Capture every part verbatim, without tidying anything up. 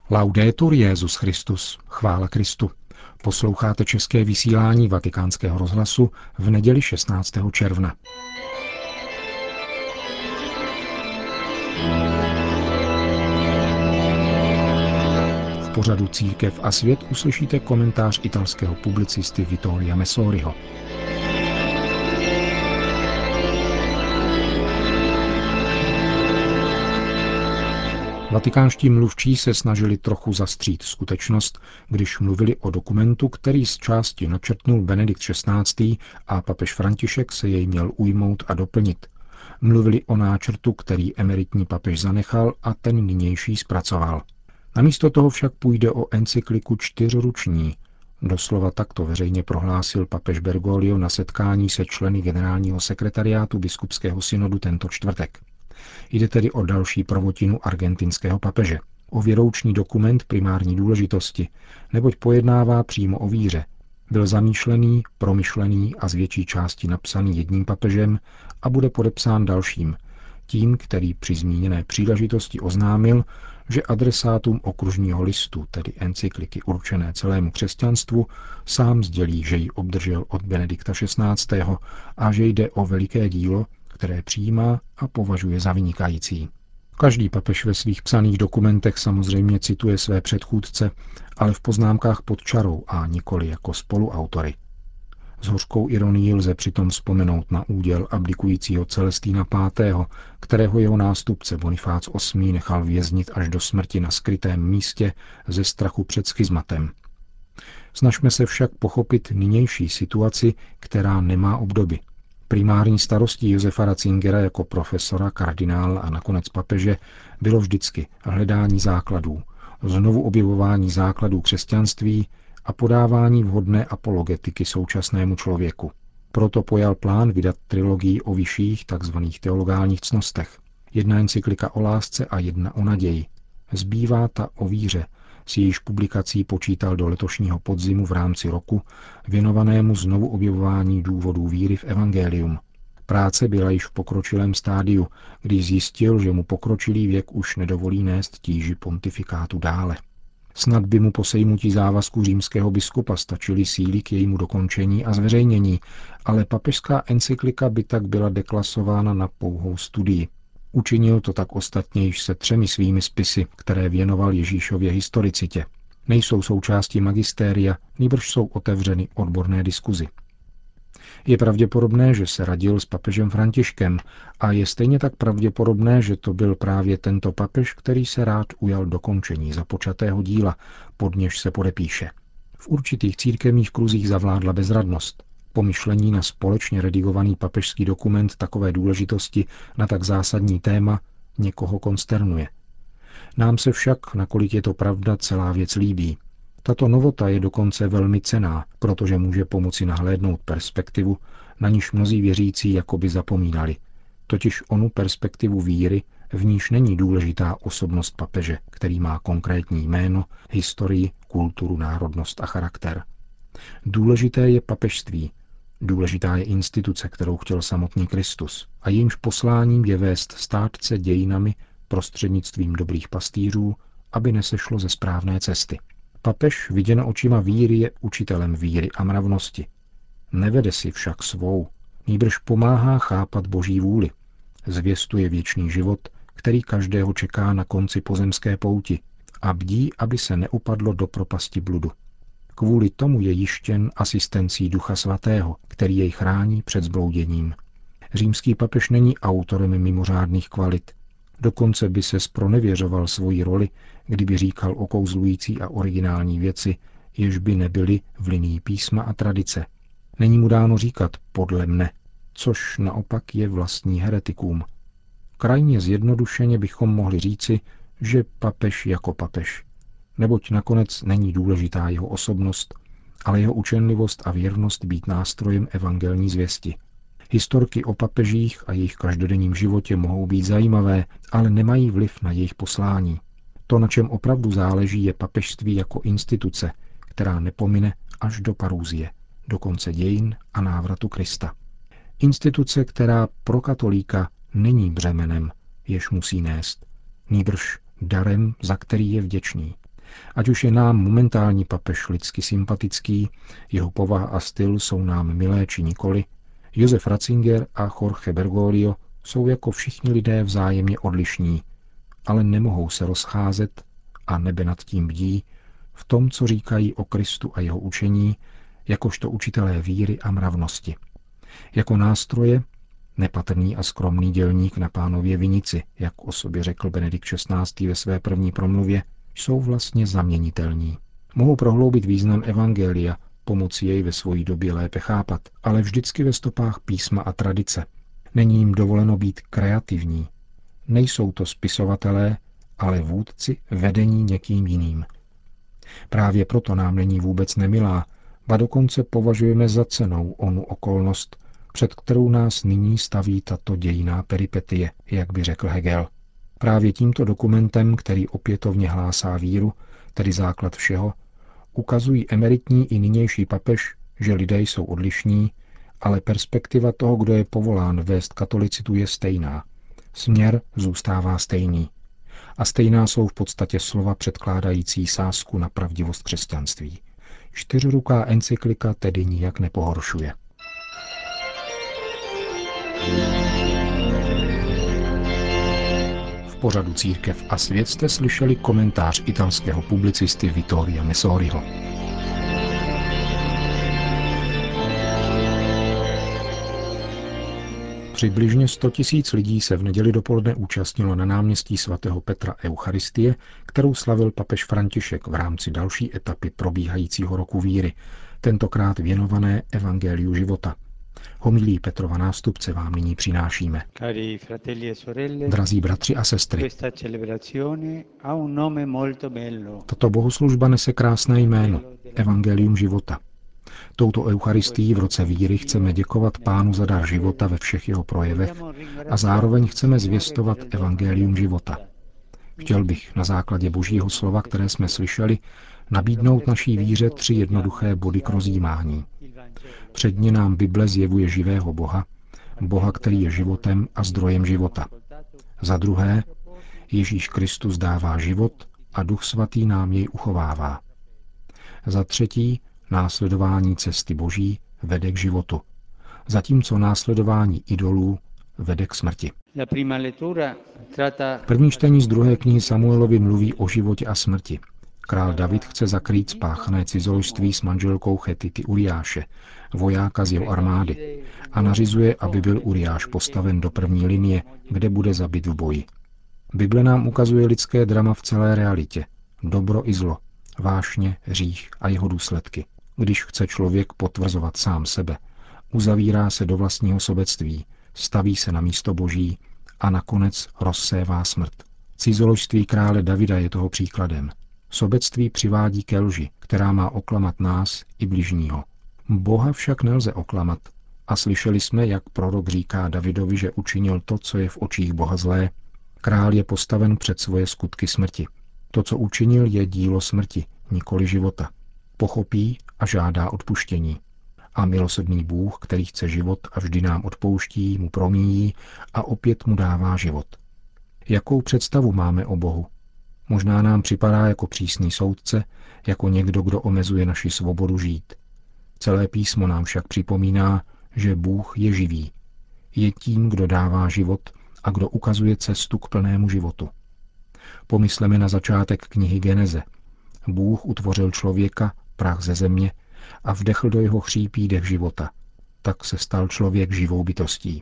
Laudetur Jesus Christus, chvála Kristu. Posloucháte české vysílání Vatikánského rozhlasu v neděli šestnáctého června. V pořadu Církev a svět uslyšíte komentář italského publicisty Vittoria Messoriho. Vatikánští mluvčí se snažili trochu zastřít skutečnost, když mluvili o dokumentu, který z části načrtnul Benedikt šestnáctý a papež František se jej měl ujmout a doplnit. Mluvili o náčrtu, který emeritní papež zanechal a ten nynější zpracoval. Namísto toho však půjde o encykliku čtyřruční. Doslova takto veřejně prohlásil papež Bergoglio na setkání se členy generálního sekretariátu biskupského synodu tento čtvrtek. Jde tedy o další prvotinu argentinského papeže. O věroučný dokument primární důležitosti, neboť pojednává přímo o víře. Byl zamýšlený, promyšlený a z větší části napsaný jedním papežem a bude podepsán dalším, tím, který při zmíněné příležitosti oznámil, že adresátům okružního listu, tedy encykliky určené celému křesťanstvu, sám sdělí, že ji obdržel od Benedikta šestnáctého a že jde o veliké dílo, které přijímá a považuje za vynikající. Každý papež ve svých psaných dokumentech samozřejmě cituje své předchůdce, ale v poznámkách pod čarou a nikoli jako spoluautory. S hořkou ironií lze přitom vzpomenout na úděl abdikujícího Celestína pátého., kterého jeho nástupce Bonifác osmý. Nechal věznit až do smrti na skrytém místě ze strachu před schizmatem. Snažme se však pochopit nynější situaci, která nemá obdoby. Primární starostí Josefa Ratzingera jako profesora, kardinála a nakonec papeže bylo vždycky hledání základů, znovu objevování základů křesťanství a podávání vhodné apologetiky současnému člověku. Proto pojal plán vydat trilogii o vyšších tzv. Teologálních cnostech. Jedna encyklika o lásce a jedna o naději. Zbývá ta o víře, s jejíž publikací počítal do letošního podzimu v rámci roku, věnovanému znovu objevování důvodů víry v evangelium. Práce byla již v pokročilém stádiu, když zjistil, že mu pokročilý věk už nedovolí nést tíži pontifikátu dále. Snad by mu po sejmutí závazku římského biskupa stačily síly k jejímu dokončení a zveřejnění, ale papežská encyklika by tak byla deklasována na pouhou studii. Učinil to tak ostatně již se třemi svými spisy, které věnoval Ježíšově historicitě. Nejsou součástí magistéria, nýbrž jsou otevřeny odborné diskuzi. Je pravděpodobné, že se radil s papežem Františkem a je stejně tak pravděpodobné, že to byl právě tento papež, který se rád ujal dokončení započatého díla, pod něž se podepíše. V určitých církevních kruzích zavládla bezradnost. Pomyšlení na společně redigovaný papežský dokument takové důležitosti na tak zásadní téma někoho konsternuje. Nám se však, nakolik je to pravda, celá věc líbí. Tato novota je dokonce velmi cenná, protože může pomoci nahlédnout perspektivu, na níž mnozí věřící jakoby zapomínali, totiž onu perspektivu víry, v níž není důležitá osobnost papeže, který má konkrétní jméno, historii, kulturu, národnost a charakter. Důležité je papežství, důležitá je instituce, kterou chtěl samotný Kristus a jejímž posláním je vést státce dějinami prostřednictvím dobrých pastýřů, aby nesešlo ze správné cesty. Papež, viděno očima víry, je učitelem víry a mravnosti. Nevede si však svou, nýbrž pomáhá chápat Boží vůli. Zvěstuje věčný život, který každého čeká na konci pozemské pouti a bdí, aby se neupadlo do propasti bludu. Kvůli tomu je jištěn asistencí Ducha Svatého, který jej chrání před zblouděním. Římský papež není autorem mimořádných kvalit. Dokonce by se zpronevěřoval svoji roli, kdyby říkal okouzlující a originální věci, jež by nebyly v linii písma a tradice. Není mu dáno říkat podle mne, což naopak je vlastní heretikům. Krajně zjednodušeně bychom mohli říci, že papež jako papež. Neboť nakonec není důležitá jeho osobnost, ale jeho učenlivost a věrnost být nástrojem evangelní zvěsti. Historky o papežích a jejich každodenním životě mohou být zajímavé, ale nemají vliv na jejich poslání. To, na čem opravdu záleží, je papežství jako instituce, která nepomine až do parouzie, do konce dějin a návratu Krista. Instituce, která pro katolíka není břemenem, jež musí nést, nýbrž darem, za který je vděčný. Ať už je nám momentální papež lidsky sympatický, jeho povaha a styl jsou nám milé či nikoli, Josef Ratzinger a Jorge Bergoglio jsou jako všichni lidé vzájemně odlišní, ale nemohou se rozcházet, a nebe nad tím bdí, v tom, co říkají o Kristu a jeho učení, jakožto učitelé víry a mravnosti. Jako nástroje, nepatrný a skromný dělník na Pánově vinici, jak o sobě řekl Benedikt šestnáctý ve své první promluvě, jsou vlastně zaměnitelní. Mohou prohloubit význam evangelia, pomoci jej ve svojí době lépe chápat, ale vždycky ve stopách písma a tradice. Není jim dovoleno být kreativní. Nejsou to spisovatelé, ale vůdci vedení někým jiným. Právě proto nám není vůbec nemilá, ba dokonce považujeme za cennou onu okolnost, před kterou nás nyní staví tato dějinná peripetie, jak by řekl Hegel. Právě tímto dokumentem, který opětovně hlásá víru, tedy základ všeho, ukazují emeritní i nynější papež, že lidé jsou odlišní, ale perspektiva toho, kdo je povolán vést katolicitu, je stejná. Směr zůstává stejný. A stejná jsou v podstatě slova předkládající sázku na pravdivost křesťanství. Čtyřruká encyklika tedy nijak nepohoršuje. V pořadu Církev a svět jste slyšeli komentář italského publicisty Vittoria Messoriho. Přibližně sto tisíc lidí se v neděli dopoledne účastnilo na náměstí svatého Petra Eucharistie, kterou slavil papež František v rámci další etapy probíhajícího roku víry, tentokrát věnované Evangeliu života. Homilí Petrova nástupce vám nyní přinášíme. Drazí bratři a sestry, tato bohoslužba nese krásné jméno Evangelium života. Touto eucharistií v roce víry chceme děkovat Pánu za dar života ve všech jeho projevech a zároveň chceme zvěstovat evangelium života. Chtěl bych na základě Božího slova, které jsme slyšeli, nabídnout naší víře tři jednoduché body k rozjímání. Předně nám Bible zjevuje živého Boha, Boha, který je životem a zdrojem života. Za druhé, Ježíš Kristus dává život a Duch Svatý nám jej uchovává. Za třetí, následování cesty Boží vede k životu, zatímco následování idolů vede k smrti. První čtení z druhé knihy Samuelovi mluví o životě a smrti. Král David chce zakrýt spáchané cizoložství s manželkou Chetity Uriáše, vojáka z jeho armády, a nařizuje, aby byl Uriáš postaven do první linie, kde bude zabit v boji. Bible nám ukazuje lidské drama v celé realitě, dobro i zlo, vášně, hřích a jeho důsledky. Když chce člověk potvrzovat sám sebe, uzavírá se do vlastního sobectví, staví se na místo Boží a nakonec rozsévá smrt. Cizoložství krále Davida je toho příkladem. Sobectví přivádí ke lži, která má oklamat nás i bližního. Boha však nelze oklamat a slyšeli jsme, jak prorok říká Davidovi, že učinil to, co je v očích Boha zlé. Král je postaven před svoje skutky smrti. To, co učinil, je dílo smrti, nikoli života. Pochopí a žádá odpuštění. A milosrdný Bůh, který chce život a vždy nám odpouští, mu promíjí a opět mu dává život. Jakou představu máme o Bohu? Možná nám připadá jako přísný soudce, jako někdo, kdo omezuje naši svobodu žít. Celé písmo nám však připomíná, že Bůh je živý. Je tím, kdo dává život a kdo ukazuje cestu k plnému životu. Pomysleme na začátek knihy Geneze. Bůh utvořil člověka, prach ze země, a vdechl do jeho chřípí dech života. Tak se stal člověk živou bytostí.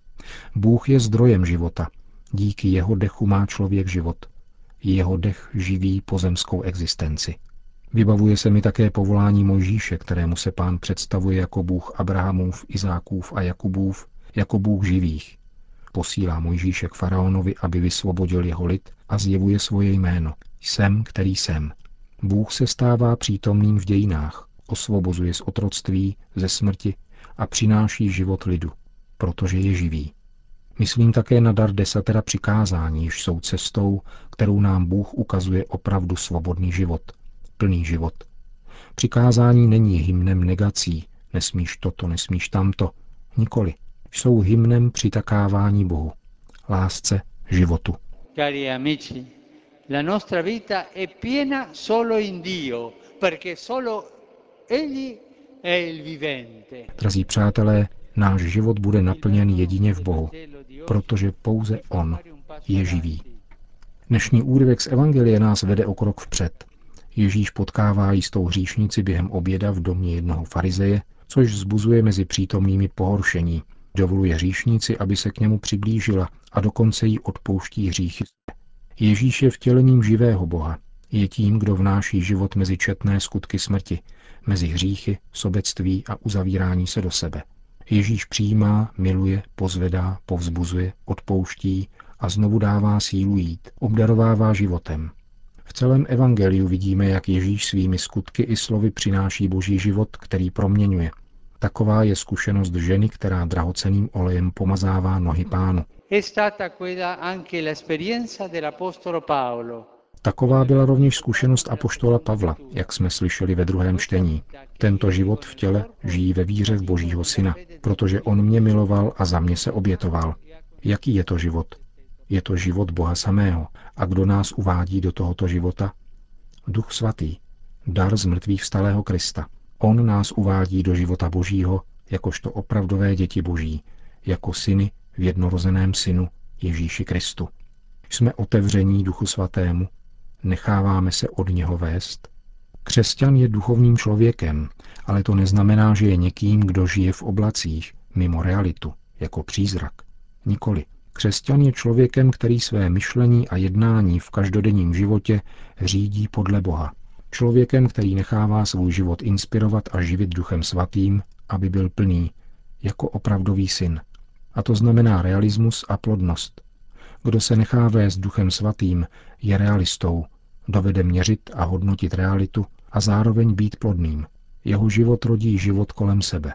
Bůh je zdrojem života. Díky jeho dechu má člověk život. Jeho dech živí pozemskou existenci. Vybavuje se mi také povolání Mojžíše, kterému se Pán představuje jako Bůh Abrahamův, Izákův a Jakubův, jako Bůh živých. Posílá Mojžíše k faraonovi, aby vysvobodil jeho lid, a zjevuje svoje jméno. Jsem, který jsem. Bůh se stává přítomným v dějinách, osvobozuje z otroctví, ze smrti a přináší život lidu, protože je živý. Myslím také na dar desatera přikázání, jež jsou cestou, kterou nám Bůh ukazuje opravdu svobodný život, plný život. Přikázání není hymnem negací, nesmíš toto, nesmíš tamto, nikoli. Jsou hymnem přitakávání Bohu, lásce, životu. Cari amici, La nostra vita è piena solo in Dio, perché solo Egli è il vivente. Drazí přátelé, náš život bude naplněn jedině v Bohu, protože pouze On je živý. Dnešní úryvek z Evangelie nás vede o krok vpřed. Ježíš potkává jistou hříšnici během oběda v domě jednoho farizeje, což vzbuzuje mezi přítomnými pohoršení. Dovoluje hříšnici, aby se k němu přiblížila a dokonce jí odpouští hříchy. Ježíš je vtělením živého Boha. Je tím, kdo vnáší život mezi četné skutky smrti, mezi hříchy, sobectví a uzavírání se do sebe. Ježíš přijímá, miluje, pozvedá, povzbuzuje, odpouští a znovu dává sílu jít, obdarovává životem. V celém evangeliu vidíme, jak Ježíš svými skutky i slovy přináší boží život, který proměňuje. Taková je zkušenost ženy, která drahocenným olejem pomazává nohy Pánu. Taková byla rovněž zkušenost apoštola Pavla, jak jsme slyšeli ve druhém čtení. Tento život v těle žijí ve víře v Božího Syna, protože on mě miloval a za mě se obětoval. Jaký je to život? Je to život Boha samého. A kdo nás uvádí do tohoto života? Duch Svatý, dar z mrtvých vstalého Krista. On nás uvádí do života Božího, jakožto opravdové děti Boží, jako syny v jednorozeném synu Ježíši Kristu. Jsme otevření Duchu Svatému, necháváme se od něho vést. Křesťan je duchovním člověkem, ale to neznamená, že je někým, kdo žije v oblacích, mimo realitu, jako přízrak. Nikoli. Křesťan je člověkem, který své myšlení a jednání v každodenním životě řídí podle Boha. Člověkem, který nechává svůj život inspirovat a živit Duchem Svatým, aby byl plný, jako opravdový syn. A to znamená realismus a plodnost. Kdo se nechá vést Duchem Svatým, je realistou, dovede měřit a hodnotit realitu a zároveň být plodným. Jeho život rodí život kolem sebe.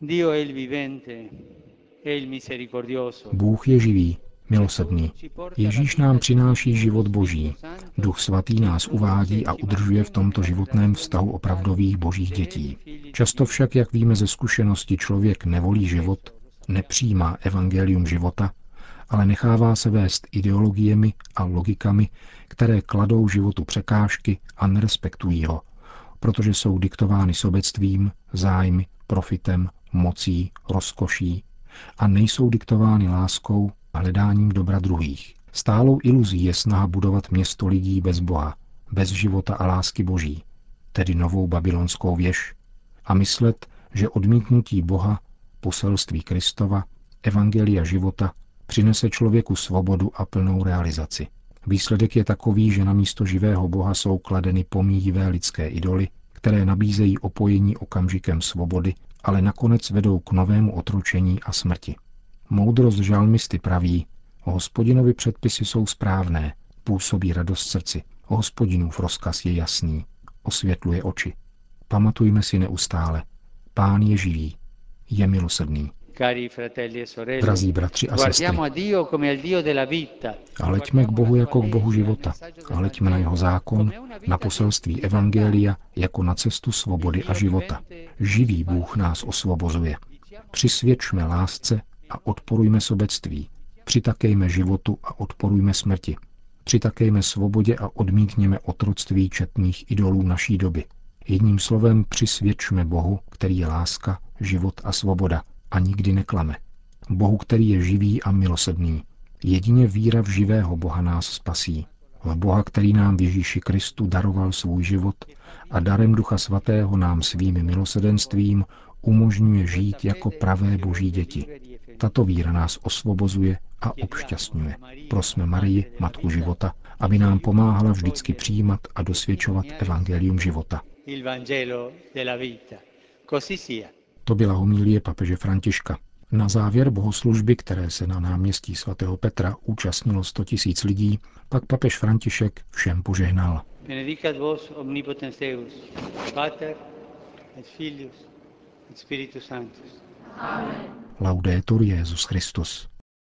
Bůh je živý, milosrdný. Ježíš nám přináší život Boží. Duch Svatý nás uvádí a udržuje v tomto životném vztahu opravdových božích dětí. Často však, jak víme ze zkušenosti, člověk nevolí život, nepřijímá evangelium života, ale nechává se vést ideologiemi a logikami, které kladou životu překážky a nerespektují ho, protože jsou diktovány sobectvím, zájmy, profitem, mocí, rozkoší a nejsou diktovány láskou a hledáním dobra druhých. Stálou iluzí je snaha budovat město lidí bez Boha, bez života a lásky Boží, tedy novou babylonskou věž, a myslet, že odmítnutí Boha, poselství Kristova, evangelia života přinese člověku svobodu a plnou realizaci. Výsledek je takový, že namísto živého Boha jsou kladeny pomíjivé lidské idoly, které nabízejí opojení okamžikem svobody, ale nakonec vedou k novému otročení a smrti. Moudrost žalmisty praví: Hospodinovi předpisy jsou správné, působí radost srdci, Hospodinův rozkaz je jasný, osvětluje oči. Pamatujme si neustále, Pán je živý, je milosrdný. Drazí bratři a sestry, a hleďme k Bohu jako k Bohu života. A hleďme na jeho zákon, na poselství evangelia jako na cestu svobody a života. Živý Bůh nás osvobozuje. Přisvědčme lásce a odporujme sobectví. Přitakejme životu a odporujme smrti. Přitakejme svobodě a odmítněme otroctví četných idolů naší doby. Jedním slovem přisvědčme Bohu, který je láska, život a svoboda, a nikdy neklame. Bohu, který je živý a milosrdný. Jedině víra v živého Boha nás spasí. V Boha, který nám v Ježíši Kristu daroval svůj život a darem Ducha Svatého nám svým milosrdenstvím umožňuje žít jako pravé boží děti. Tato víra nás osvobozuje a obšťastňuje. Prosme Marii, Matku života, aby nám pomáhala vždycky přijímat a dosvědčovat evangelium života. To byla homilie papeže Františka. Na závěr bohoslužby, které se na náměstí svatého Petra účastnilo sto tisíc lidí, pak papež František všem požehnal. Benedicat vos omnipotens Deus, Pater et Filius et Spiritus Sanctus. Amen. Laudetur Jesus Christus.